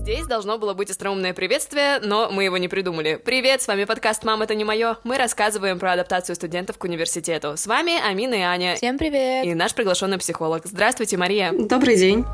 Здесь должно было быть остроумное приветствие, но мы его не придумали. Привет, с вами подкаст «Мам, это не мое». Мы рассказываем про адаптацию студентов к университету. С вами Амина и Аня. Всем привет! И наш приглашенный психолог. Здравствуйте, Мария. Добрый день.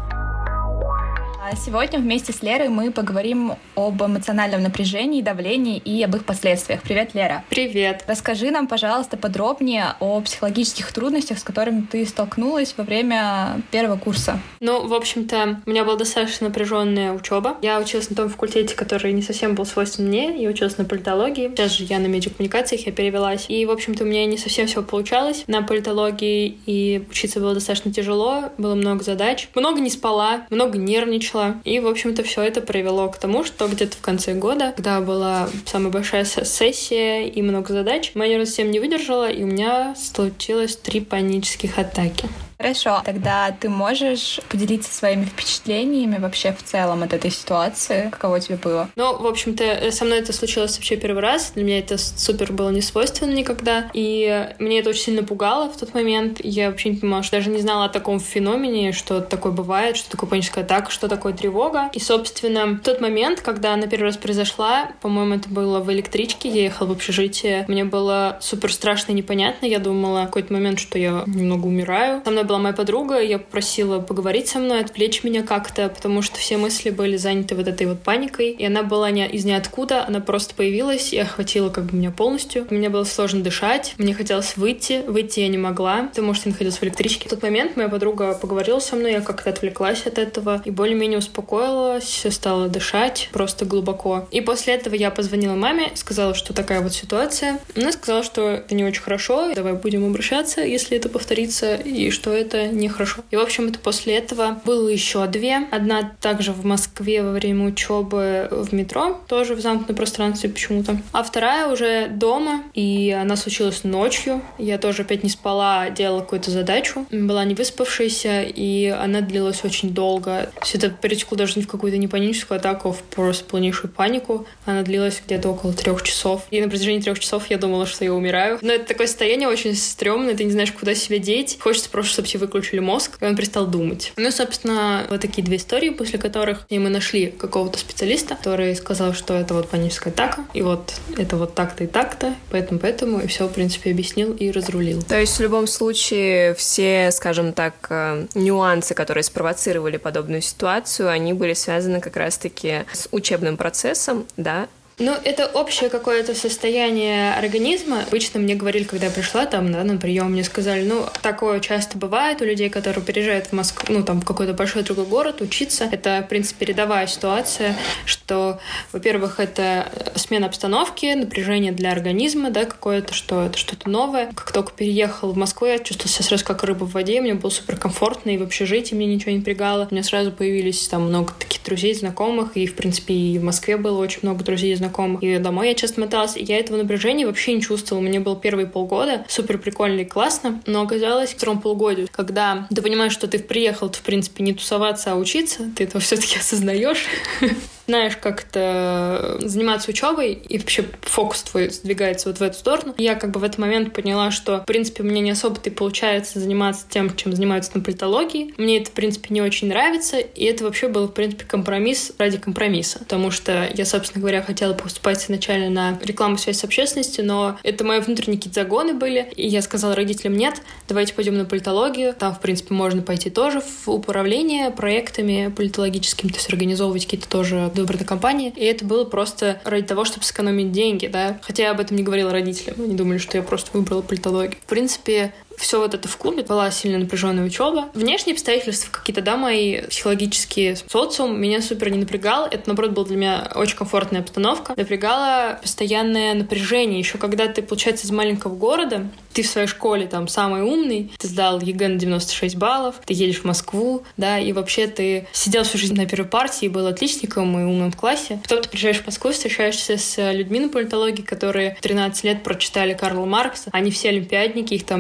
Сегодня вместе с Лерой мы поговорим об эмоциональном напряжении, давлении и об их последствиях. Привет, Лера. Привет. Расскажи нам, пожалуйста, подробнее о психологических трудностях, с которыми ты столкнулась во время первого курса. В общем-то, у меня была достаточно напряженная учеба. Я училась на том факультете, который не совсем был свойствен мне. Я училась на политологии. Сейчас же я на медиакоммуникациях, я перевелась. И, в общем-то, у меня не совсем все получалось на политологии, и учиться было достаточно тяжело. Было много задач. Много не спала, много нервничала. И, в общем-то, все это привело к тому, что где-то в конце года, когда была самая большая сессия и много задач, моя нервная система не выдержала, и у меня случилось 3 панических атаки. Хорошо, тогда ты можешь поделиться своими впечатлениями вообще в целом от этой ситуации? Каково тебе было? В общем-то, со мной это случилось вообще первый раз. Для меня это супер было не свойственно никогда. И мне это очень сильно пугало в тот момент. Я вообще не понимала, что даже не знала о таком феномене, что такое бывает, что такое паническая атака, что такое тревога. И, собственно, в тот момент, когда она первый раз произошла, по-моему, это было в электричке, я ехала в общежитие, мне было супер страшно и непонятно. Я думала в какой-то момент, что я немного умираю. Со мной была моя подруга, я попросила поговорить со мной, отвлечь меня как-то, потому что все мысли были заняты вот этой вот паникой, и она была из ниоткуда, она просто появилась и охватила меня полностью. Мне было сложно дышать, мне хотелось выйти я не могла, потому что я находилась в электричке. В тот момент моя подруга поговорила со мной, я как-то отвлеклась от этого и более-менее успокоилась, стала дышать просто глубоко. И после этого я позвонила маме, сказала, что такая вот ситуация. Она сказала, что это не очень хорошо, давай будем обращаться, если это повторится, и что это нехорошо. И, в общем, это после этого было еще 2. Одна также в Москве во время учебы в метро, тоже в замкнутом пространстве почему-то. А вторая уже дома, и она случилась ночью. Я тоже опять не спала, делала какую-то задачу. Была не выспавшаяся, и она длилась очень долго. Все это перетекло даже не в какую-то не паническую атаку, а в просто полнейшую панику. Она длилась где-то около 3 часов. И на протяжении 3 часов я думала, что я умираю. Но это такое состояние очень стрёмное, ты не знаешь, куда себя деть. Хочется просто, чтобы тебе выключили мозг, и он перестал думать. Собственно, вот такие 2 истории, после которых мы нашли какого-то специалиста, который сказал, что это вот паническая атака, и вот это вот так-то и так-то, поэтому, и все, в принципе, объяснил и разрулил. То есть в любом случае все, скажем так, нюансы, которые спровоцировали подобную ситуацию, они были связаны как раз-таки с учебным процессом, да? Это общее какое-то состояние организма. Обычно мне говорили, когда я пришла на прием, мне сказали, такое часто бывает у людей, которые переезжают в Москву, в какой-то большой другой город учиться. Это, в принципе, рядовая ситуация, что, во-первых, это смена обстановки, напряжение для организма, да, какое-то, что это что-то новое. Как только переехал в Москву, я чувствовала себя сразу как рыба в воде, мне было суперкомфортно, и в общежитии мне ничего не напрягало. У меня сразу появились много таких друзей, знакомых, и, в принципе, и в Москве было очень много друзей и знакомых. И домой я часто моталась, и я этого напряжения вообще не чувствовала. Мне было первые полгода супер прикольно и классно, но оказалось в втором полугодию, когда ты понимаешь, что ты приехал, в принципе, не тусоваться, а учиться, ты это все-таки осознаешь. Знаешь, как это заниматься учебой, и вообще фокус твой сдвигается вот в эту сторону. Я в этот момент поняла, что, в принципе, мне не особо-то и получается заниматься тем, чем занимаются на политологии. Мне это, в принципе, не очень нравится, и это вообще был, в принципе, компромисс ради компромисса. Потому что я, собственно говоря, хотела поступать изначально на рекламу связи с общественностью, но это мои внутренние какие-то загоны были, и я сказала родителям: нет, давайте пойдем на политологию. Там, в принципе, можно пойти тоже в управление проектами политологическими, то есть организовывать какие-то тоже выбранные компании. И это было просто ради того, чтобы сэкономить деньги, да. Хотя я об этом не говорила родителям. Они думали, что я просто выбрала политологию. В принципе, все вот это в клубе, была сильно напряженная учеба. Внешние обстоятельства какие-то, да, мои психологические, социум меня супер не напрягал. Это, наоборот, была для меня очень комфортная обстановка. Напрягало постоянное напряжение. Еще когда ты, получается, из маленького города, ты в своей школе там самый умный, ты сдал ЕГЭ на 96 баллов, ты едешь в Москву, да, и вообще ты сидел всю жизнь на первой партии, был отличником и умным в классе. Потом ты приезжаешь в Москву, встречаешься с людьми на политологии, которые в 13 лет прочитали Карла Маркса. Они все олимпиадники, их там 50%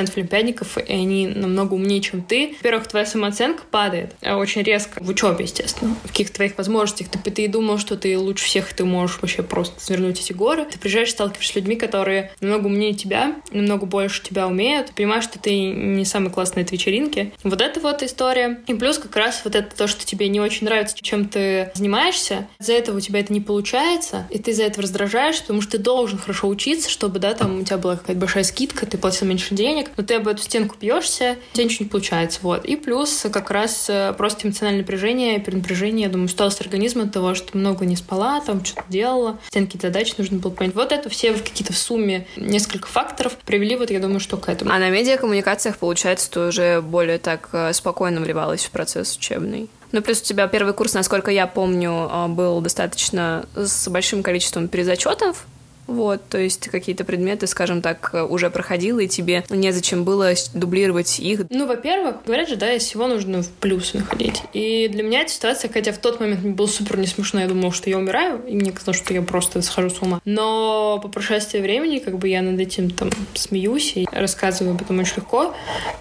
90% олимпиадников, и они намного умнее, чем ты. Во-первых, твоя самооценка падает очень резко в учебе, естественно. В каких-то твоих возможностях. Ты и думал, что ты лучше всех, ты можешь вообще просто свернуть эти горы. Ты приезжаешь, сталкиваешься с людьми, которые намного умнее тебя, намного больше тебя умеют. Ты понимаешь, что ты не самый классный на этой вечеринке. Вот это вот история. И плюс как раз вот это то, что тебе не очень нравится, чем ты занимаешься. Из-за этого у тебя это не получается, и ты из-за этого раздражаешь, потому что ты должен хорошо учиться, чтобы, да, там у тебя была какая-то большая скидка, ты платил меньше денег, но ты об эту стенку бьешься, у тебя ничего не получается, вот. И плюс как раз просто эмоциональное напряжение, перенапряжение, я думаю, усталость организма от того, что много не спала, там что-то делала, какие-то задачи нужно было понять. Вот это все какие-то в сумме несколько факторов привели, вот я думаю, что к этому. А на медиакоммуникациях, получается, ты уже более так спокойно вливалась в процесс учебный. Ну, плюс у тебя первый курс, насколько я помню, был достаточно с большим количеством перезачетов. Вот, то есть какие-то предметы, скажем так, уже проходила, и тебе незачем было дублировать их. Ну, во-первых, говорят же, да, из всего нужно в плюс находить. И для меня эта ситуация, хотя в тот момент мне было супер не смешно, я думала, что я умираю, и мне казалось, что я просто схожу с ума. Но по прошествии времени, как бы я над этим там смеюсь и рассказываю об этом очень легко.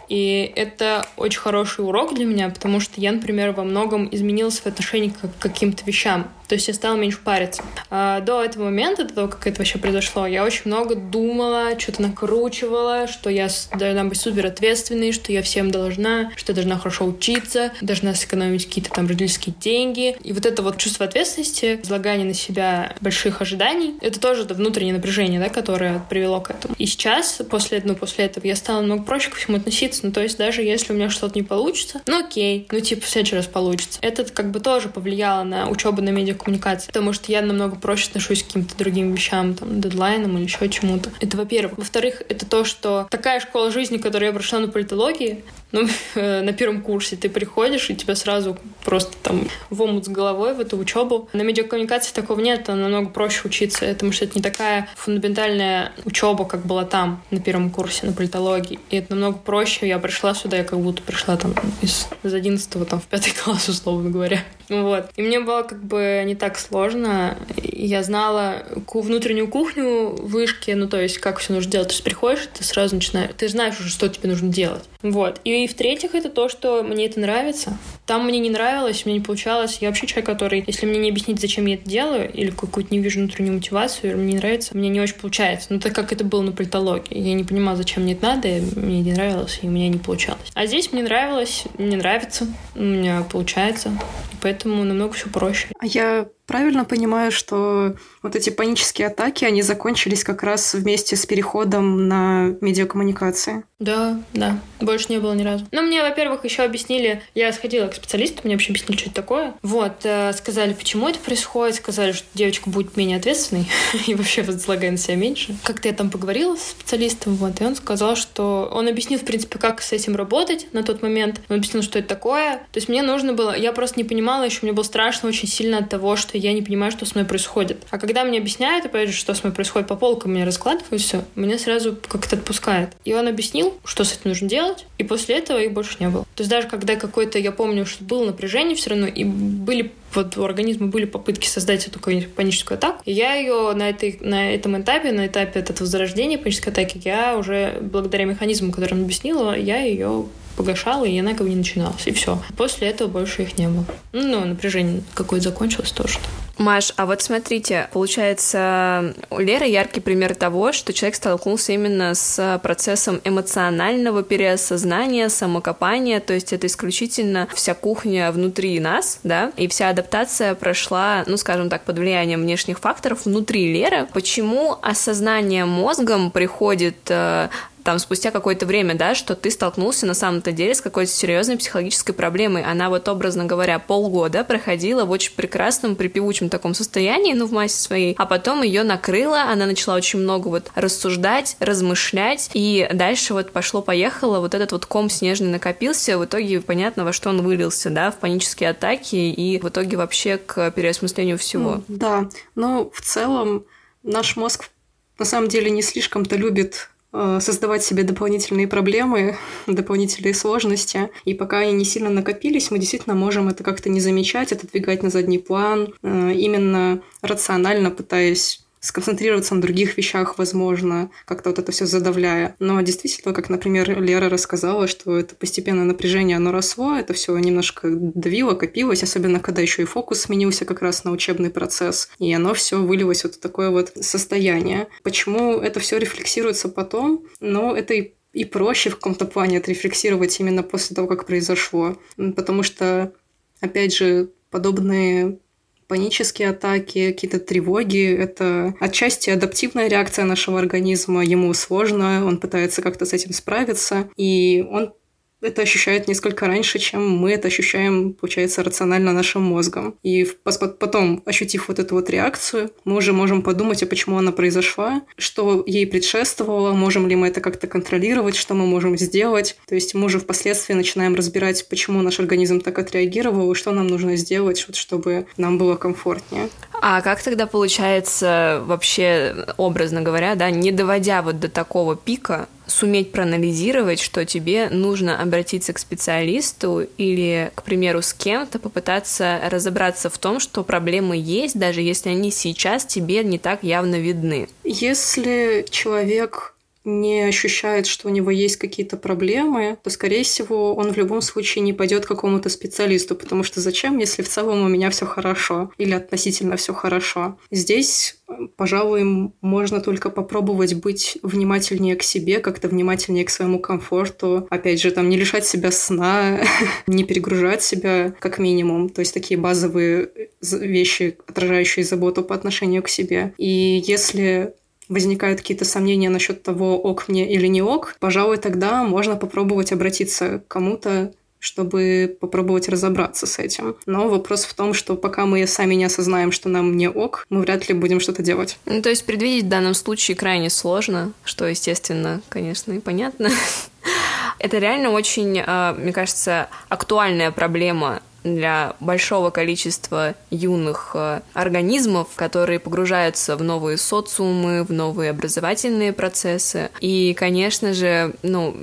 И это очень хороший урок для меня, потому что я, например, во многом изменила свое отношение к каким-то вещам. То есть я стала меньше париться. А до этого момента, до того, как это вообще произошло, я очень много думала, что-то накручивала, что я должна быть супер ответственной, что я всем должна, что я должна хорошо учиться, должна сэкономить какие-то там родительские деньги. И вот это вот чувство ответственности, возлагание на себя больших ожиданий, это тоже это внутреннее напряжение, да, которое привело к этому. И сейчас, после этого, я стала намного проще ко всему относиться. Ну, то есть даже если у меня что-то не получится, ну окей, ну типа в следующий раз получится. Это как бы тоже повлияло на учебу на медиакоммуникации, потому что я намного проще отношусь к каким-то другим вещам, там, дедлайнам или еще чему-то. Это во-первых. Во-вторых, это то, что такая школа жизни, которую я прошла на политологии, ну, на первом курсе ты приходишь, и тебя сразу просто там в омут с головой в эту учебу. На медиакоммуникации такого нет, там намного проще учиться, потому что это не такая фундаментальная учеба, как была там на первом курсе на политологии. И это намного проще. Я пришла сюда, я как будто пришла там из 11-го там в 5 класс, условно говоря. Вот. И мне было как бы не так сложно. Я знала внутреннюю кухню вышки, ну, то есть как все нужно делать. То есть приходишь, ты сразу начинаешь, ты знаешь уже, что тебе нужно делать. Вот. И в-третьих, это то, что мне это нравится. Там мне не нравилось, мне не получалось. Я вообще человек, который, если мне не объяснить, зачем я это делаю, или какую-то не вижу внутреннюю мотивацию, или мне не нравится, мне не очень получается. Ну, так как это было на политологии. Я не понимала, зачем мне это надо, и мне не нравилось, и у меня не получалось. А здесь мне нравилось, мне нравится, у меня получается. Поэтому намного все проще. А я правильно понимаю, что вот эти панические атаки, они закончились как раз вместе с переходом на медиакоммуникации? Да. Больше не было ни разу. Ну, мне, во-первых, еще объяснили, я сходила к специалисту, мне вообще объяснили, что это такое. Вот, сказали, почему это происходит, сказали, что девочка будет менее ответственной и вообще возлагая на себя меньше. Как-то я там поговорила с специалистом, вот, и он сказал, что... Он объяснил, в принципе, как с этим работать на тот момент. Он объяснил, что это такое. То есть мне нужно было... Я просто не понимала еще, мне было страшно очень сильно от того, что я не понимаю, что с мной происходит. А когда мне объясняют, опять же, что с мной происходит по полкам, меня раскладывают все, меня сразу как-то отпускает. И он объяснил, что с этим нужно делать, и после этого их больше не было. То есть даже когда какое-то, я помню, что было напряжение все равно, и были вот у организма были попытки создать эту паническую атаку. И я ее на этом этапе, на этапе этого возрождения панической атаки, я уже благодаря механизму, который он объяснила, я ее погашала, и она как бы не начиналась. И все. После этого больше их не было. Ну, напряжение какое-то закончилось тоже. Маш, а вот смотрите, получается, у Леры яркий пример того, что человек столкнулся именно с процессом эмоционального переосознания, самокопания, то есть это исключительно вся кухня внутри нас, да, и вся адаптация прошла, ну, скажем так, под влиянием внешних факторов внутри Леры. Почему осознание мозгом приходит там спустя какое-то время, да, что ты столкнулся на самом-то деле с какой-то серьезной психологической проблемой. Она вот, образно говоря, полгода проходила в очень прекрасном, припевучем таком состоянии, ну, в массе своей, а потом ее накрыло, она начала очень много вот рассуждать, размышлять, и дальше вот пошло-поехало, вот этот вот ком снежный накопился, в итоге понятно, во что он вылился, да, в панические атаки и в итоге вообще к переосмыслению всего. Да, но в целом наш мозг на самом деле не слишком-то любит создавать себе дополнительные проблемы, дополнительные сложности. И пока они не сильно накопились, мы действительно можем это как-то не замечать, отодвигать на задний план, именно рационально пытаясь сконцентрироваться на других вещах, возможно, как-то вот это все задавляя. Но действительно, как, например, Лера рассказала, что это постепенное напряжение, оно росло, это все немножко давило, копилось, особенно когда еще и фокус сменился как раз на учебный процесс, и оно все вылилось вот в такое вот состояние. Почему это все рефлексируется потом? Ну, это и проще в каком-то плане отрефлексировать именно после того, как произошло. Потому что, опять же, подобные панические атаки, какие-то тревоги — это отчасти адаптивная реакция нашего организма. Ему сложно, он пытается как-то с этим справиться, и он это ощущает несколько раньше, чем мы это ощущаем, получается, рационально нашим мозгом. И потом, ощутив вот эту вот реакцию, мы уже можем подумать, а почему она произошла, что ей предшествовало, можем ли мы это как-то контролировать, что мы можем сделать. То есть мы уже впоследствии начинаем разбирать, почему наш организм так отреагировал и что нам нужно сделать, вот, чтобы нам было комфортнее. А как тогда получается вообще, образно говоря, да, не доводя вот до такого пика, суметь проанализировать, что тебе нужно обратиться к специалисту или, к примеру, с кем-то попытаться разобраться в том, что проблемы есть, даже если они сейчас тебе не так явно видны? Если человек не ощущает, что у него есть какие-то проблемы, то, скорее всего, он в любом случае не пойдет к какому-то специалисту, потому что зачем, если в целом у меня все хорошо или относительно все хорошо? Здесь, пожалуй, можно только попробовать быть внимательнее к себе, как-то внимательнее к своему комфорту. Опять же, там, не лишать себя сна, не перегружать себя, как минимум. То есть такие базовые вещи, отражающие заботу по отношению к себе. И если возникают какие-то сомнения насчет того, ок мне или не ок, пожалуй, тогда можно попробовать обратиться к кому-то, чтобы попробовать разобраться с этим. Но вопрос в том, что пока мы сами не осознаем, что нам не ок, мы вряд ли будем что-то делать. Ну, то есть предвидеть в данном случае крайне сложно, что, естественно, конечно, и понятно. Это реально очень, мне кажется, актуальная проблема для большого количества юных организмов, которые погружаются в новые социумы, в новые образовательные процессы. И, конечно же,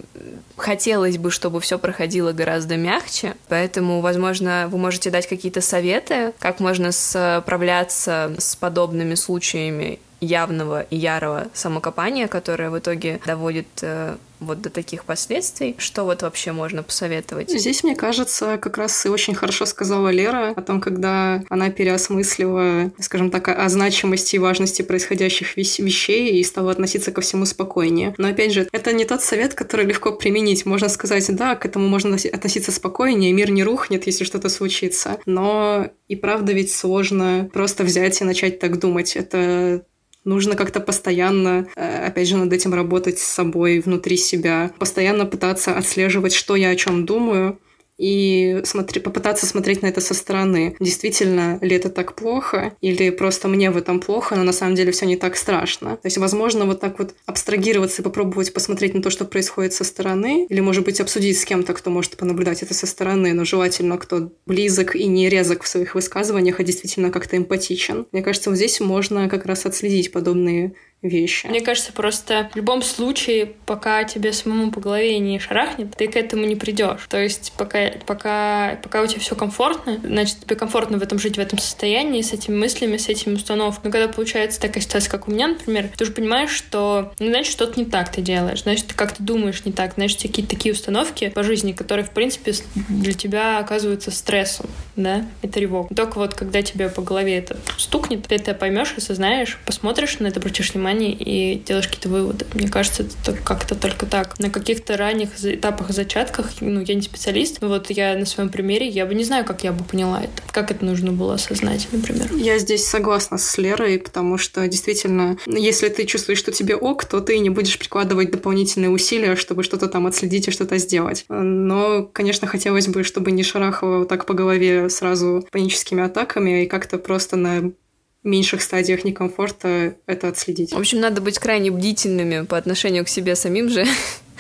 хотелось бы, чтобы все проходило гораздо мягче, поэтому, возможно, вы можете дать какие-то советы, как можно справляться с подобными случаями явного и ярого самокопания, которое в итоге доводит вот до таких последствий. Что вот вообще можно посоветовать? Здесь, мне кажется, как раз и очень хорошо сказала Лера о том, когда она переосмыслила, скажем так, о значимости и важности происходящих вещей и стала относиться ко всему спокойнее. Но, опять же, это не тот совет, который легко применить. Можно сказать, да, к этому можно относиться спокойнее, мир не рухнет, если что-то случится. Но и правда ведь сложно просто взять и начать так думать. Это нужно как-то постоянно, опять же, над этим работать с собой, внутри себя, постоянно пытаться отслеживать, что я о чем думаю, и попытаться смотреть на это со стороны. Действительно ли это так плохо, или просто мне в этом плохо, но на самом деле все не так страшно. То есть, возможно, вот так вот абстрагироваться и попробовать посмотреть на то, что происходит со стороны, или, может быть, обсудить с кем-то, кто может понаблюдать это со стороны, но желательно, кто близок и не резок в своих высказываниях, а действительно как-то эмпатичен. Мне кажется, вот здесь можно как раз отследить подобные вещи. Мне кажется, просто в любом случае, пока тебе самому по голове не шарахнет, ты к этому не придешь. То есть пока у тебя все комфортно, значит, тебе комфортно в этом жить, в этом состоянии, с этими мыслями, с этими установками. Но когда получается такая ситуация, как у меня, например, ты уже понимаешь, что, значит, что-то не так ты делаешь, значит, ты как-то думаешь не так, значит, какие-то такие установки по жизни, которые, в принципе, для тебя оказываются стрессом, да, и тревогой. Только вот когда тебе по голове это стукнет, ты это поймешь, осознаешь, посмотришь на это, обратишь внимание и делаешь какие-то выводы. Мне кажется, это как-то только так. На каких-то ранних этапах, зачатках, я не специалист, но вот я на своем примере, я бы не знаю, как я бы поняла это. Как это нужно было осознать, например. Я здесь согласна с Лерой, потому что действительно, если ты чувствуешь, что тебе ок, то ты не будешь прикладывать дополнительные усилия, чтобы что-то там отследить и что-то сделать. Но, конечно, хотелось бы, чтобы не шарахало вот так по голове сразу паническими атаками, и как-то просто на меньших стадиях некомфорта это отследить. В общем, надо быть крайне бдительными по отношению к себе самим же,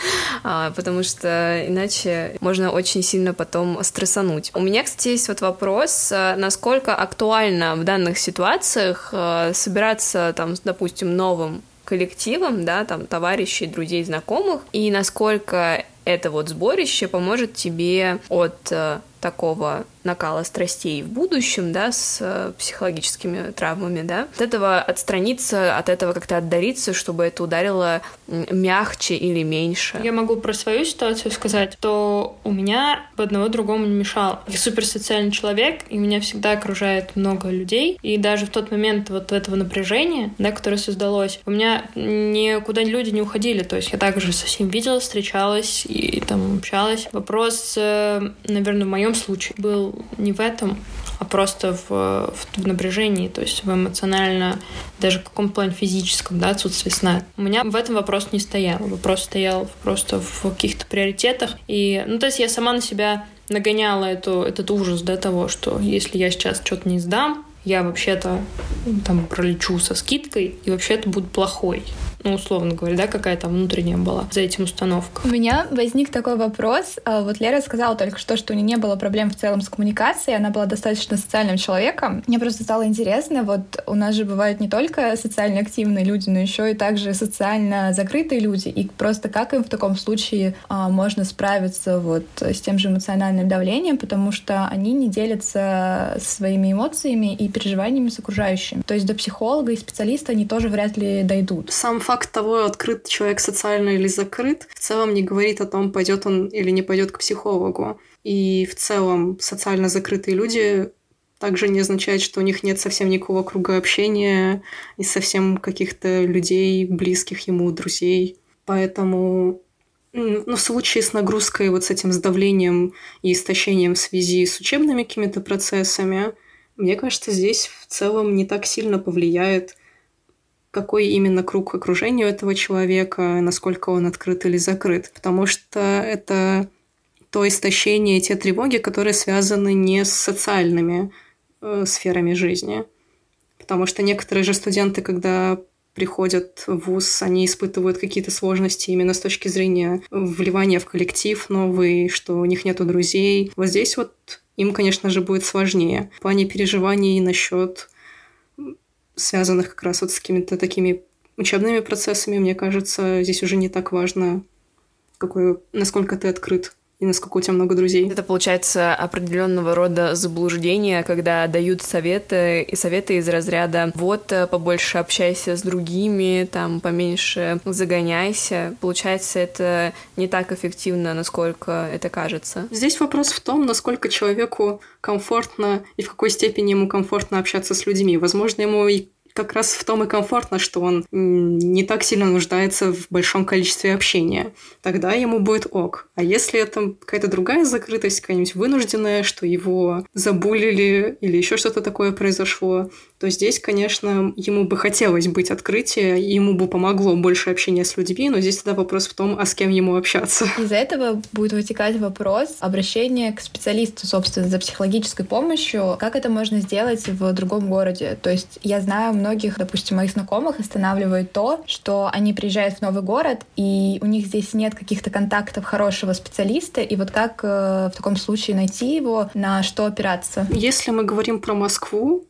потому что иначе можно очень сильно потом стрессануть. У меня, кстати, есть вот вопрос, насколько актуально в данных ситуациях собираться, там, допустим, новым коллективом, да, там, товарищей, друзей, знакомых, и насколько это вот сборище поможет тебе от такого накала страстей в будущем, да, с психологическими травмами, да, от этого отстраниться, от этого как-то отдариться, чтобы это ударило мягче или меньше. Я могу про свою ситуацию сказать, что у меня одного другому не мешало. Я суперсоциальный человек, и меня всегда окружает много людей, и даже в тот момент вот этого напряжения, да, которое создалось, у меня никуда люди не уходили, то есть я также со всеми виделась, встречалась и там общалась. Вопрос, наверное, в моем случае был не в этом, а просто в напряжении, то есть в эмоционально, даже в каком плане физическом, да, отсутствии сна. У меня в этом вопрос не стоял. Вопрос стоял просто в каких-то приоритетах. И, ну, то есть я сама на себя нагоняла этот ужас, да, того, что если я сейчас что-то не сдам, я вообще-то там пролечу со скидкой, и вообще-то буду плохой. Ну, условно говоря, да, какая там внутренняя была за этим установка. У меня возник такой вопрос. Вот Лера сказала только что у нее не было проблем в целом с коммуникацией, она была достаточно социальным человеком. Мне просто стало интересно, вот у нас же бывают не только социально активные люди, но еще и также социально закрытые люди, и просто как им в таком случае можно справиться вот с тем же эмоциональным давлением, потому что они не делятся своими эмоциями и переживаниями с окружающими. То есть до психолога и специалиста они тоже вряд ли дойдут. Сам факт того, открыт человек социально или закрыт, в целом не говорит о том, пойдет он или не пойдет к психологу. И в целом социально закрытые люди также не означает, что у них нет совсем никакого круга общения и совсем каких-то людей, близких ему, друзей. Поэтому в случае с нагрузкой, вот с этим давлением и истощением в связи с учебными какими-то процессами, мне кажется, здесь в целом не так сильно повлияет, какой именно круг окружения у этого человека, насколько он открыт или закрыт. Потому что это то истощение, те тревоги, которые связаны не с социальными сферами жизни. Потому что некоторые же студенты, когда приходят в вуз, они испытывают какие-то сложности именно с точки зрения вливания в коллектив новый, что у них нету друзей. Вот здесь вот им, конечно же, будет сложнее. В плане переживаний насчет связанных как раз вот с какими-то такими учебными процессами, мне кажется, здесь уже не так важно, насколько ты открыт и насколько у тебя много друзей. Это получается определенного рода заблуждение, когда дают советы из разряда «вот, побольше общайся с другими, там, поменьше загоняйся». Получается, это не так эффективно, насколько это кажется. Здесь вопрос в том, насколько человеку комфортно и в какой степени ему комфортно общаться с людьми. Возможно, ему и как раз в том и комфортно, что он не так сильно нуждается в большом количестве общения. Тогда ему будет ок. А если это какая-то другая закрытость, какая-нибудь вынужденная, что его забулили или еще что-то такое произошло, то здесь, конечно, ему бы хотелось быть открытие, и ему бы помогло больше общения с людьми, но здесь тогда вопрос в том, а с кем ему общаться. Из-за этого будет вытекать вопрос обращения к специалисту, собственно, за психологической помощью. Как это можно сделать в другом городе? То есть я знаю, многих, допустим, моих знакомых останавливает то, что они приезжают в новый город, и у них здесь нет каких-то контактов хорошего специалиста, и вот как в таком случае найти его, на что опираться? Если мы говорим про Москву,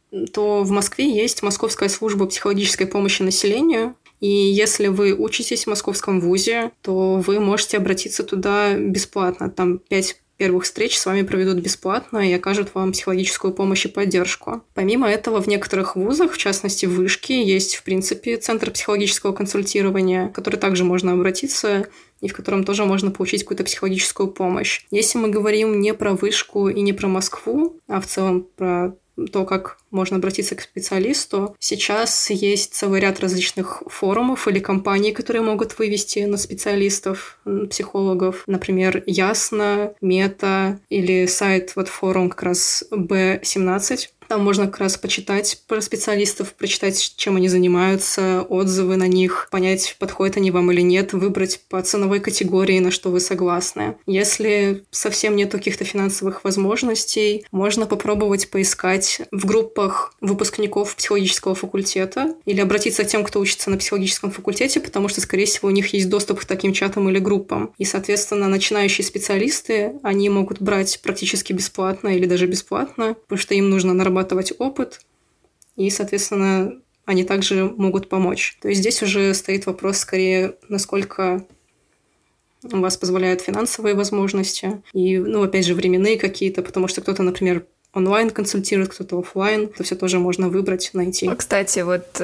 то в Москве есть Московская служба психологической помощи населению, и если вы учитесь в московском вузе, то вы можете обратиться туда бесплатно. Там 5 первых встреч с вами проведут бесплатно и окажут вам психологическую помощь и поддержку. Помимо этого, в некоторых вузах, в частности в Вышке, есть, в принципе, центр психологического консультирования, в который также можно обратиться и в котором тоже можно получить какую-то психологическую помощь. Если мы говорим не про Вышку и не про Москву, а в целом про то, как можно обратиться к специалисту. Сейчас есть целый ряд различных форумов или компаний, которые могут вывести на специалистов, психологов. Например, Ясно, Мета или сайт, вот форум как раз B17. Там можно как раз почитать про специалистов, прочитать, чем они занимаются, отзывы на них, понять, подходят они вам или нет, выбрать по ценовой категории, на что вы согласны. Если совсем нет каких-то финансовых возможностей, можно попробовать поискать в группах выпускников психологического факультета или обратиться к тем, кто учится на психологическом факультете, потому что, скорее всего, у них есть доступ к таким чатам или группам. И, соответственно, начинающие специалисты, они могут брать практически бесплатно или даже бесплатно, потому что им нужно нарабатывать опыт, и, соответственно, они также могут помочь. То есть здесь уже стоит вопрос скорее, насколько вас позволяют финансовые возможности и, опять же, временные какие-то, потому что кто-то, например, онлайн консультирует, кто-то офлайн. Это все тоже можно выбрать, найти. Кстати,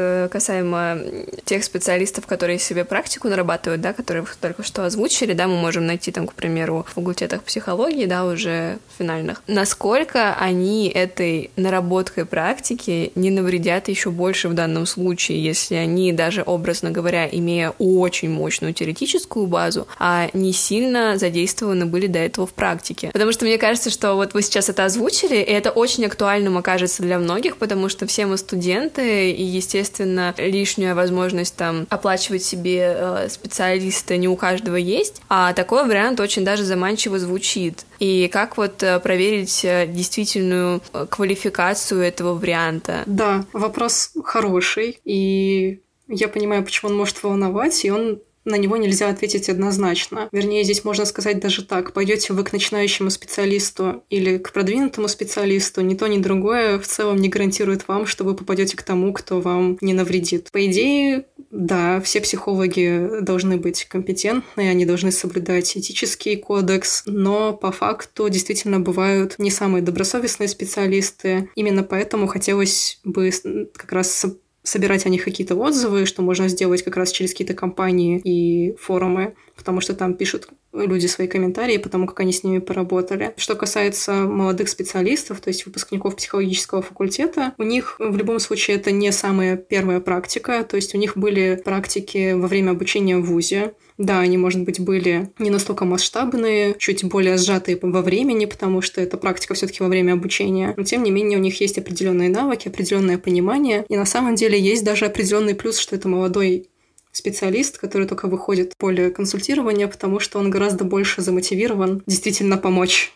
касаемо тех специалистов, которые себе практику нарабатывают, да, которые вы только что озвучили, да, мы можем найти там, к примеру, в факультетах психологии, да, уже финальных. Насколько они этой наработкой практики не навредят еще больше в данном случае, если они даже, образно говоря, имея очень мощную теоретическую базу, а не сильно задействованы были до этого в практике. Потому что мне кажется, что вот вы сейчас это озвучили, и это очень актуальным окажется для многих, потому что все мы студенты, и, естественно, лишняя возможность там оплачивать себе специалиста не у каждого есть, а такой вариант очень даже заманчиво звучит. И как проверить действительную квалификацию этого варианта? Да, вопрос хороший, и я понимаю, почему он может волновать, и на него нельзя ответить однозначно. Вернее, здесь можно сказать даже так. Пойдете вы к начинающему специалисту или к продвинутому специалисту, ни то, ни другое в целом не гарантирует вам, что вы попадете к тому, кто вам не навредит. По идее, да, все психологи должны быть компетентны, они должны соблюдать этический кодекс, но по факту действительно бывают не самые добросовестные специалисты. Именно поэтому хотелось бы как раз собирать о них какие-то отзывы, что можно сделать как раз через какие-то компании и форумы, потому что там пишут люди свои комментарии по тому, как они с ними поработали. Что касается молодых специалистов, то есть выпускников психологического факультета, у них в любом случае это не самая первая практика, то есть у них были практики во время обучения в вузе. Да, они, может быть, были не настолько масштабные, чуть более сжатые во времени, потому что это практика все-таки во время обучения. Но, тем не менее, у них есть определенные навыки, определенное понимание. И на самом деле есть даже определенный плюс, что это молодой специалист, который только выходит в поле консультирования, потому что он гораздо больше замотивирован действительно помочь.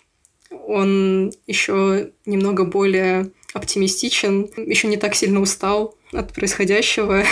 Он еще немного более оптимистичен, еще не так сильно устал от происходящего,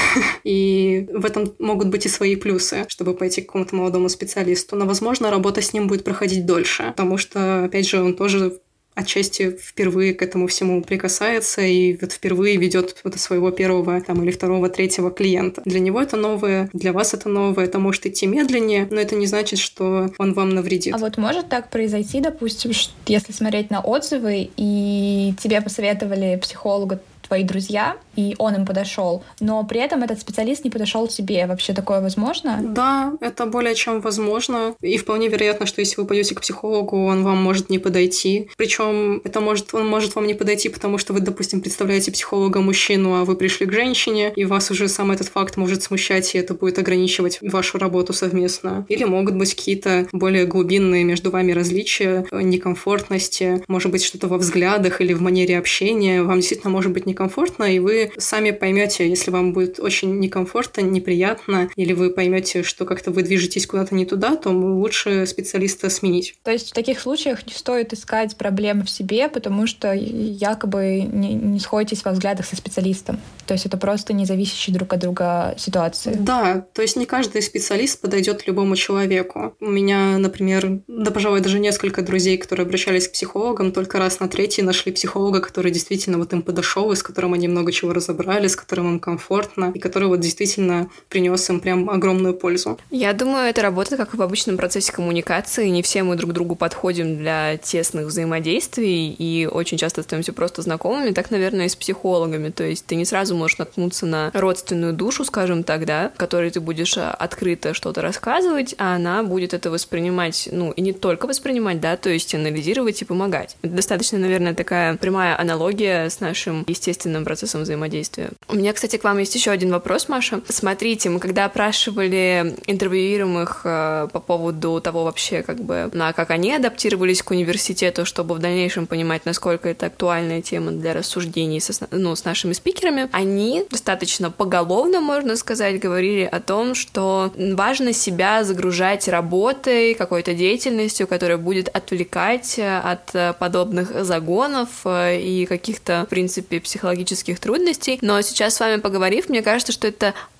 и в этом могут быть и свои плюсы, чтобы пойти к какому-то молодому специалисту. Но, возможно, работа с ним будет проходить дольше, потому что, опять же, он тоже отчасти впервые к этому всему прикасается и вот впервые ведет своего первого или второго, третьего клиента. Для него это новое, для вас это новое, это может идти медленнее, но это не значит, что он вам навредит. А вот может так произойти, допустим, если смотреть на отзывы, и тебе посоветовали психолога твои друзья, и он им подошел, но при этом этот специалист не подошел тебе. Вообще такое возможно? Да, это более чем возможно. И вполне вероятно, что если вы пойдете к психологу, он вам может не подойти. Причем он может вам не подойти, потому что вы, допустим, представляете психолога мужчину, а вы пришли к женщине, и вас уже сам этот факт может смущать, и это будет ограничивать вашу работу совместно. Или могут быть какие-то более глубинные между вами различия, некомфортности, может быть, что-то во взглядах или в манере общения. Вам действительно может быть некомфортно, и вы сами поймете, если вам будет очень некомфортно, неприятно, или вы поймете, что как-то вы движетесь куда-то не туда, то лучше специалиста сменить. То есть в таких случаях не стоит искать проблемы в себе, потому что якобы не сходитесь во взглядах со специалистом. То есть это просто не зависящие друг от друга ситуации. Да, то есть не каждый специалист подойдет любому человеку. У меня, например, пожалуй, даже несколько друзей, которые обращались к психологам, только раз на третий нашли психолога, который действительно им подошел, и с которым они много чего разобрали, с которым им комфортно, и который действительно принес им прям огромную пользу. Я думаю, это работает как и в обычном процессе коммуникации. Не все мы друг другу подходим для тесных взаимодействий, и очень часто остаемся просто знакомыми. Так, наверное, и с психологами. То есть ты не сразу можешь наткнуться на родственную душу, скажем так, да, которой ты будешь открыто что-то рассказывать, а она будет это воспринимать, и не только воспринимать, да, то есть анализировать и помогать. Это достаточно, наверное, такая прямая аналогия с нашим естественным процессом взаимодействия. У меня, кстати, к вам есть еще один вопрос, Маша. Смотрите, мы когда опрашивали интервьюируемых по поводу того вообще, как они адаптировались к университету, чтобы в дальнейшем понимать, насколько это актуальная тема для рассуждений с нашими спикерами, они достаточно поголовно, можно сказать, говорили о том, что важно себя загружать работой, какой-то деятельностью, которая будет отвлекать от подобных загонов и каких-то, в принципе, психологических трудностей. Но сейчас с вами поговорив, мне кажется, что это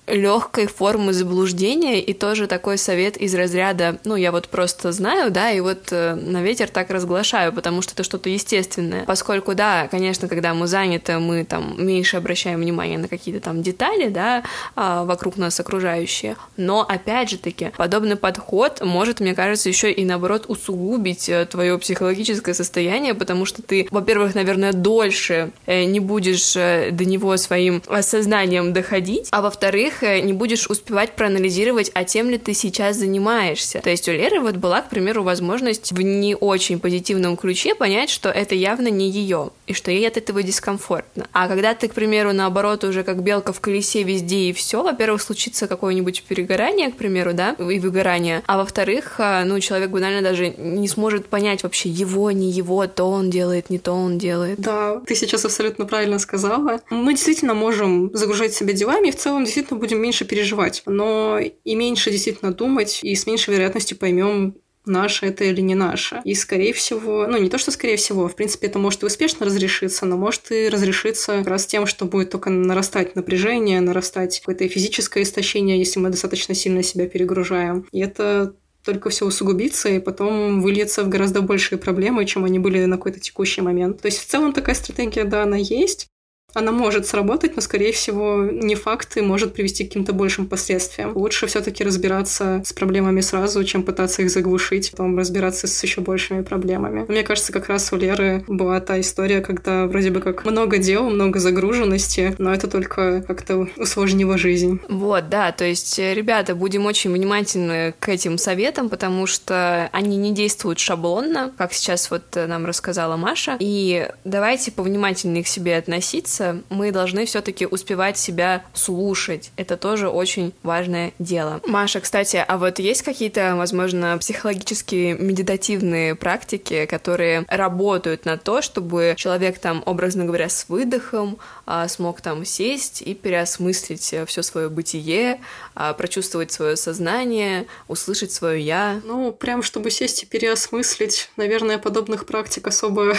легкой формы заблуждения и тоже такой совет из разряда, я вот просто знаю, да, и вот на ветер так разглашаю, потому что это что-то естественное. Поскольку, да, конечно, когда мы заняты, мы там меньше обращаем внимание на какие-то там детали, да, вокруг нас окружающие, но опять же таки подобный подход может, мне кажется, еще и наоборот усугубить твое психологическое состояние, потому что ты, во-первых, наверное, дольше не будешь до него своим сознанием доходить, а во-вторых, не будешь успевать проанализировать, а тем ли ты сейчас занимаешься. То есть у Леры вот была, к примеру, возможность в не очень позитивном ключе понять, что это явно не ее, и что ей от этого дискомфортно. А когда ты, к примеру, наоборот, уже как белка в колесе везде и все, во-первых, случится какое-нибудь перегорание, к примеру, да, и выгорание, а во-вторых, человек банально даже не сможет понять вообще его, не его, то он делает, не то он делает. Да, ты сейчас абсолютно правильно сказала. Мы действительно можем загружать себя делами и в целом действительно будем меньше переживать, но и меньше действительно думать, и с меньшей вероятностью поймем, наше это или не наше. И, скорее всего, не то, что скорее всего, в принципе, это может и успешно разрешиться, но может и разрешиться как раз тем, что будет только нарастать напряжение, нарастать какое-то физическое истощение, если мы достаточно сильно себя перегружаем. И это только все усугубится и потом выльется в гораздо большие проблемы, чем они были на какой-то текущий момент. То есть в целом такая стратегия, да, она есть. Она может сработать, но, скорее всего, не факт и может привести к каким-то большим последствиям. Лучше все-таки разбираться с проблемами сразу, чем пытаться их заглушить, потом разбираться с еще большими проблемами. Мне кажется, как раз у Леры была та история, когда вроде бы как много дел, много загруженности, но это только как-то усложнило жизнь. Вот, да, то есть, ребята, будем очень внимательны к этим советам, потому что они не действуют шаблонно, как сейчас вот нам рассказала Маша, и давайте повнимательнее к себе относиться. Мы должны все-таки успевать себя слушать. Это тоже очень важное дело. Маша, кстати, а вот есть какие-то, возможно, психологические медитативные практики, которые работают на то, чтобы человек там, образно говоря, с выдохом смог там сесть и переосмыслить все свое бытие, прочувствовать свое сознание, услышать свое «я»? Прям чтобы сесть и переосмыслить, наверное, подобных практик особо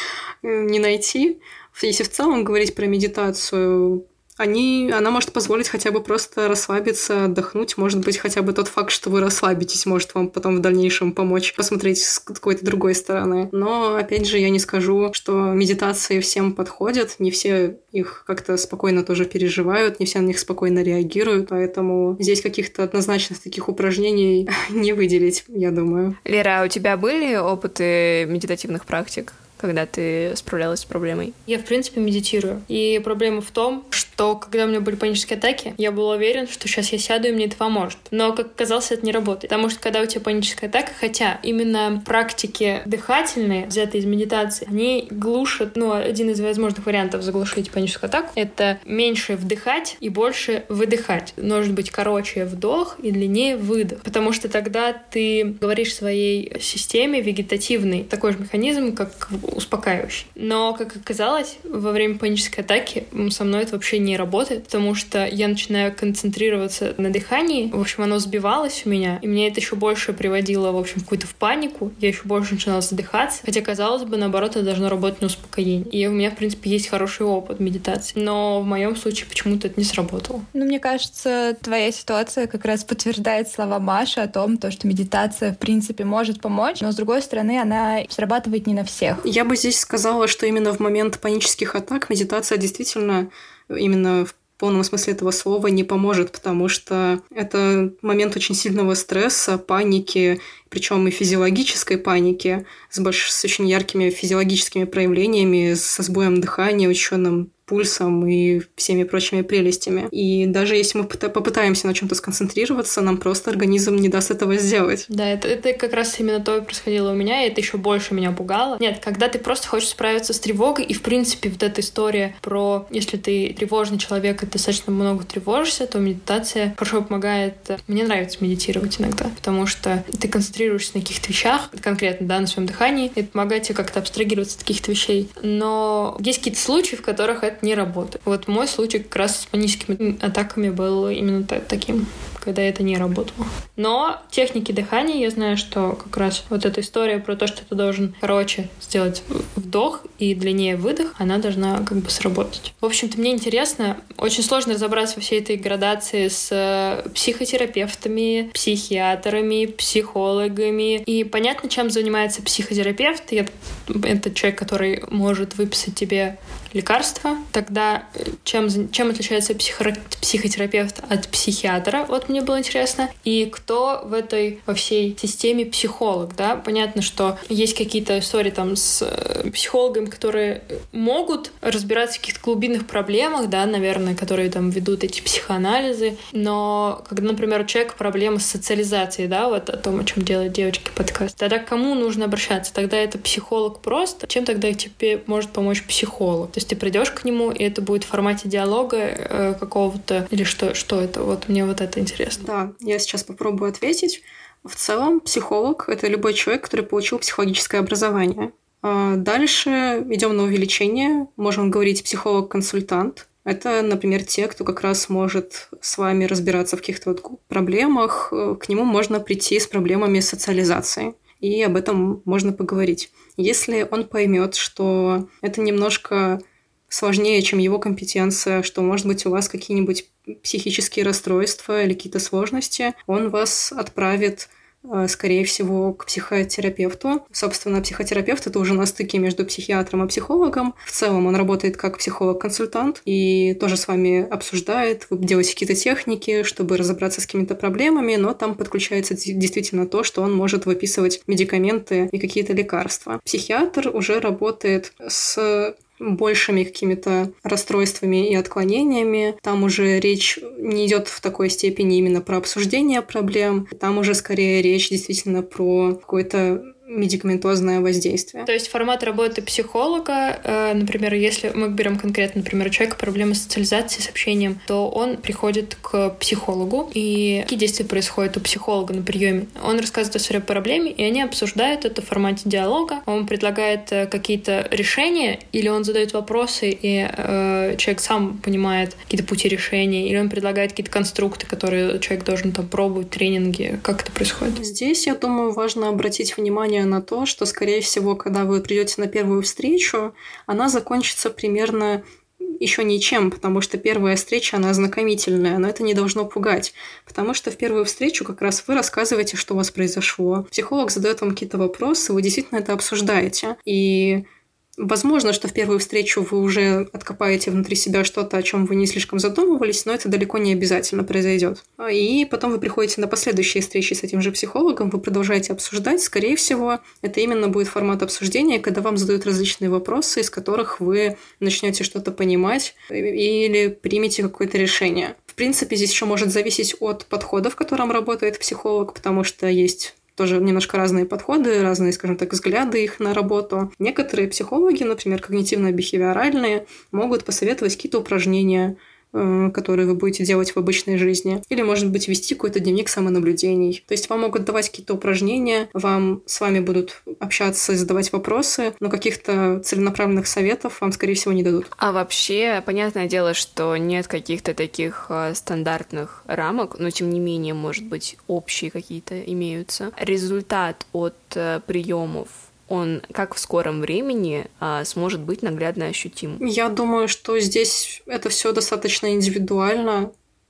не найти. Если в целом говорить про медитацию, она может позволить хотя бы просто расслабиться, отдохнуть. Может быть, хотя бы тот факт, что вы расслабитесь, может вам потом в дальнейшем помочь посмотреть с какой-то другой стороны. Но, опять же, я не скажу, что медитации всем подходят. Не все их как-то спокойно тоже переживают, не все на них спокойно реагируют. Поэтому здесь каких-то однозначных таких упражнений не выделить, я думаю. Лера, а у тебя были опыты медитативных практик, когда ты справлялась с проблемой? Я, в принципе, медитирую. И проблема в том, что когда у меня были панические атаки, я был уверен, что сейчас я сяду, и мне это поможет. Но, как оказалось, это не работает. Потому что, когда у тебя паническая атака, хотя именно практики дыхательные, взятые из медитации, они глушат, один из возможных вариантов заглушить паническую атаку — это меньше вдыхать и больше выдыхать. Может быть, короче вдох и длиннее выдох. Потому что тогда ты говоришь своей системе вегетативной такой же механизм, как успокаивающий. Но, как оказалось, во время панической атаки со мной это вообще не работает, потому что я начинаю концентрироваться на дыхании. В общем, оно сбивалось у меня, и мне это еще больше приводило, в общем, какую-то в панику. Я еще больше начинала задыхаться. Хотя, казалось бы, наоборот, это должно работать на успокоение. И у меня, в принципе, есть хороший опыт медитации. Но в моем случае почему-то это не сработало. Мне кажется, твоя ситуация как раз подтверждает слова Маши о том, что медитация, в принципе, может помочь, но, с другой стороны, она срабатывает не на всех. Я бы здесь сказала, что именно в момент панических атак медитация действительно именно в полном смысле этого слова не поможет, потому что это момент очень сильного стресса, паники, причем и физиологической паники, с очень яркими физиологическими проявлениями, со сбоем дыхания, учащенным пульсом и всеми прочими прелестями. И даже если мы попытаемся на чем-то сконцентрироваться, нам просто организм не даст этого сделать. Да, это как раз именно то и происходило у меня, и это еще больше меня пугало. Нет, когда ты просто хочешь справиться с тревогой, и в принципе вот эта история про, если ты тревожный человек и достаточно много тревожишься, то медитация хорошо помогает. Мне нравится медитировать иногда, потому что ты концентрируешься на каких-то вещах, конкретно, да, на своем дыхании, и это помогает тебе как-то абстрагироваться от каких-то вещей. Но есть какие-то случаи, в которых это не работает. Вот мой случай как раз с паническими атаками был именно таким, когда это не работало. Но техники дыхания, я знаю, что как раз вот эта история про то, что ты должен короче сделать вдох и длиннее выдох, она должна как бы сработать. В общем-то, мне интересно, очень сложно разобраться во всей этой градации с психотерапевтами, психиатрами, психологами. И понятно, чем занимается психотерапевт. Это человек, который может выписать тебе лекарства. Тогда чем отличается психотерапевт от психиатра? Вот мне было интересно. И кто во всей системе психолог, да? Понятно, что есть какие-то истории там с психологами, которые могут разбираться в каких-то глубинных проблемах, да, наверное, которые там ведут эти психоанализы. Но когда, например, у человека проблемы с социализацией, да, вот о том, о чем делают девочки подкаст, тогда к кому нужно обращаться? Тогда это психолог просто. Чем тогда тебе может помочь психолог? То есть ты придешь к нему, и это будет в формате диалога какого-то, или что это? Вот мне вот это интересно. Да, я сейчас попробую ответить. В целом, психолог — это любой человек, который получил психологическое образование. Дальше идем на увеличение. Можем говорить психолог-консультант. Это, например, те, кто как раз может с вами разбираться в каких-то вот проблемах. К нему можно прийти с проблемами социализации. И об этом можно поговорить. Если он поймет, что это немножко сложнее, чем его компетенция, что, может быть, у вас какие-нибудь психические расстройства или какие-то сложности, он вас отправит, скорее всего, к психотерапевту. Собственно, психотерапевт — это уже на стыке между психиатром и психологом. В целом он работает как психолог-консультант и тоже с вами обсуждает, вы делаете какие-то техники, чтобы разобраться с какими-то проблемами, но там подключается действительно то, что он может выписывать медикаменты и какие-то лекарства. Психиатр уже работает с большими какими-то расстройствами и отклонениями. Там уже речь не идет в такой степени именно про обсуждение проблем. Там уже скорее речь действительно про какое-то медикаментозное воздействие. То есть формат работы психолога, например, если мы берем конкретно, например, у человека проблемы с социализацией, с общением, то он приходит к психологу, и какие действия происходят у психолога на приеме? Он рассказывает о своей проблеме, и они обсуждают это в формате диалога. Он предлагает какие-то решения, или он задает вопросы, и человек сам понимает какие-то пути решения, или он предлагает какие-то конструкты, которые человек должен там пробовать, тренинги. Как это происходит? Здесь, я думаю, важно обратить внимание на то, что, скорее всего, когда вы придете на первую встречу, она закончится примерно еще ничем, потому что первая встреча, она ознакомительная, но это не должно пугать, потому что в первую встречу как раз вы рассказываете, что у вас произошло. Психолог задает вам какие-то вопросы, вы действительно это обсуждаете, и возможно, что в первую встречу вы уже откопаете внутри себя что-то, о чем вы не слишком задумывались, но это далеко не обязательно произойдет. И потом вы приходите на последующие встречи с этим же психологом, вы продолжаете обсуждать. Скорее всего, это именно будет формат обсуждения, когда вам задают различные вопросы, из которых вы начнете что-то понимать или примете какое-то решение. В принципе, здесь еще может зависеть от подхода, в котором работает психолог, потому что есть тоже немножко разные подходы, разные, скажем так, взгляды их на работу. Некоторые психологи, например, когнитивно-бихевиоральные, могут посоветовать какие-то упражнения, которые вы будете делать в обычной жизни. Или, может быть, вести какой-то дневник самонаблюдений. То есть вам могут давать какие-то упражнения, с вами будут общаться, задавать вопросы, но каких-то целенаправленных советов вам, скорее всего, не дадут. А вообще, понятное дело, что нет каких-то таких стандартных рамок, но, тем не менее, может быть, общие какие-то имеются. Результат от приемов, он как в скором времени сможет быть наглядно ощутим? Я думаю, что здесь это все достаточно индивидуально.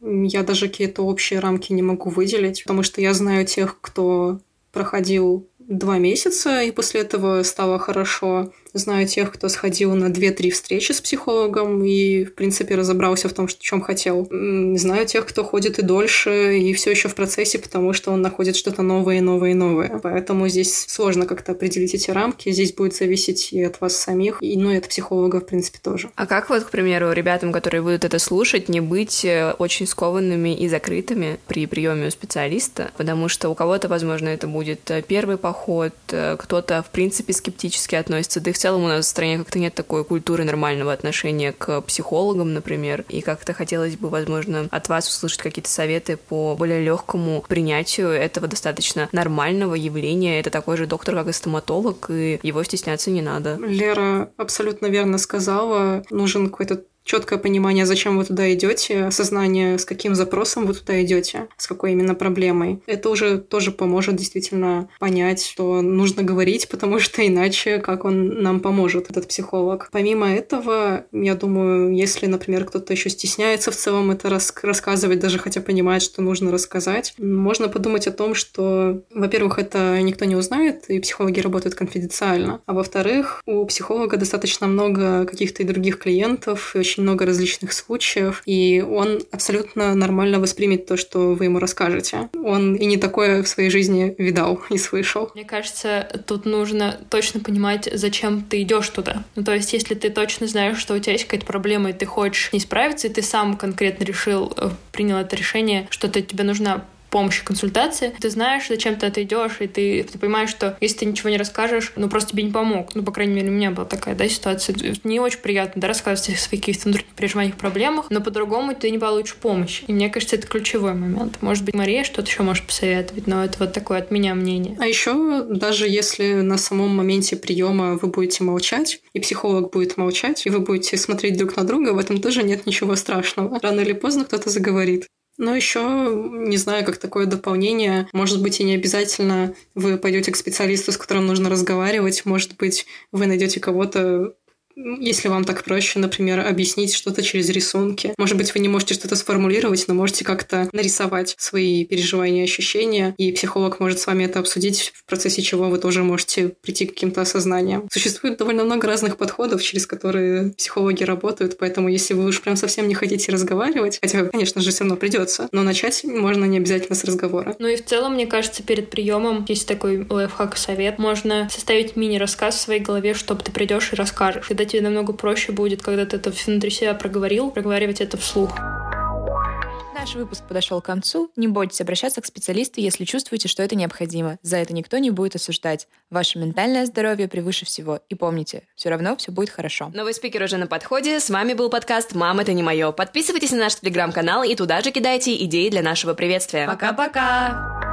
Я даже какие-то общие рамки не могу выделить, потому что я знаю тех, кто проходил 2 месяца, и после этого стало хорошо. Знаю тех, кто сходил на 2-3 встречи с психологом и, в принципе, разобрался в том, в чем хотел. Знаю тех, кто ходит и дольше, и все еще в процессе, потому что он находит что-то новое, новое и новое. Поэтому здесь сложно как-то определить эти рамки. Здесь будет зависеть и от вас самих, и от психолога, в принципе, тоже. А как вот, к примеру, ребятам, которые будут это слушать, не быть очень скованными и закрытыми при приеме у специалиста? Потому что у кого-то, возможно, это будет первый поход, кто-то, в принципе, скептически относится, да и в целом у нас в стране как-то нет такой культуры нормального отношения к психологам, например, и как-то хотелось бы, возможно, от вас услышать какие-то советы по более легкому принятию этого достаточно нормального явления. Это такой же доктор, как и стоматолог, и его стесняться не надо. Лера абсолютно верно сказала. Нужен какой-то четкое понимание, зачем вы туда идете, осознание, с каким запросом вы туда идете, с какой именно проблемой. Это уже тоже поможет действительно понять, что нужно говорить, потому что иначе как он нам поможет, этот психолог. Помимо этого, я думаю, если, например, кто-то еще стесняется в целом это рассказывать, даже хотя понимает, что нужно рассказать, можно подумать о том, что, во-первых, это никто не узнает, и психологи работают конфиденциально, а во-вторых, у психолога достаточно много каких-то и других клиентов, и очень много различных случаев, и он абсолютно нормально воспримет то, что вы ему расскажете. Он и не такое в своей жизни видал и слышал. Мне кажется, тут нужно точно понимать, зачем ты идешь туда. Ну, то есть, если ты точно знаешь, что у тебя есть какая-то проблема, и ты хочешь не справиться, и ты сам конкретно принял это решение, что тебе нужна помощь, консультации, ты знаешь, зачем ты это идешь, и ты понимаешь, что если ты ничего не расскажешь, просто тебе не помог. По крайней мере, у меня была такая, ситуация. Не очень приятно, рассказывать о своих каких-то внутренних переживаниях, проблемах, но по-другому ты не получишь помощи. И мне кажется, это ключевой момент. Может быть, Мария что-то еще может посоветовать, но это вот такое от меня мнение. А еще, даже если на самом моменте приема вы будете молчать, и психолог будет молчать, и вы будете смотреть друг на друга, в этом тоже нет ничего страшного. Рано или поздно кто-то заговорит. Но еще, не знаю, как такое дополнение, может быть, и не обязательно вы пойдете к специалисту, с которым нужно разговаривать, может быть, вы найдете кого-то, если вам так проще, например, объяснить что-то через рисунки. Может быть, вы не можете что-то сформулировать, но можете как-то нарисовать свои переживания и ощущения, и психолог может с вами это обсудить, в процессе чего вы тоже можете прийти к каким-то осознаниям. Существует довольно много разных подходов, через которые психологи работают, поэтому если вы уж прям совсем не хотите разговаривать, хотя, конечно же, все равно придется, но начать можно не обязательно с разговора. Ну и в целом, мне кажется, перед приемом есть такой лайфхак и совет. Можно составить мини-рассказ в своей голове, чтобы ты придешь и расскажешь. Когда тебе намного проще будет, когда ты это внутри себя проговаривать это вслух. Наш выпуск подошел к концу. Не бойтесь обращаться к специалисту, если чувствуете, что это необходимо. За это никто не будет осуждать. Ваше ментальное здоровье превыше всего. И помните, все равно все будет хорошо. Новый спикер уже на подходе. С вами был подкаст «Мам, это не мое». Подписывайтесь на наш телеграм-канал и туда же кидайте идеи для нашего приветствия. Пока-пока!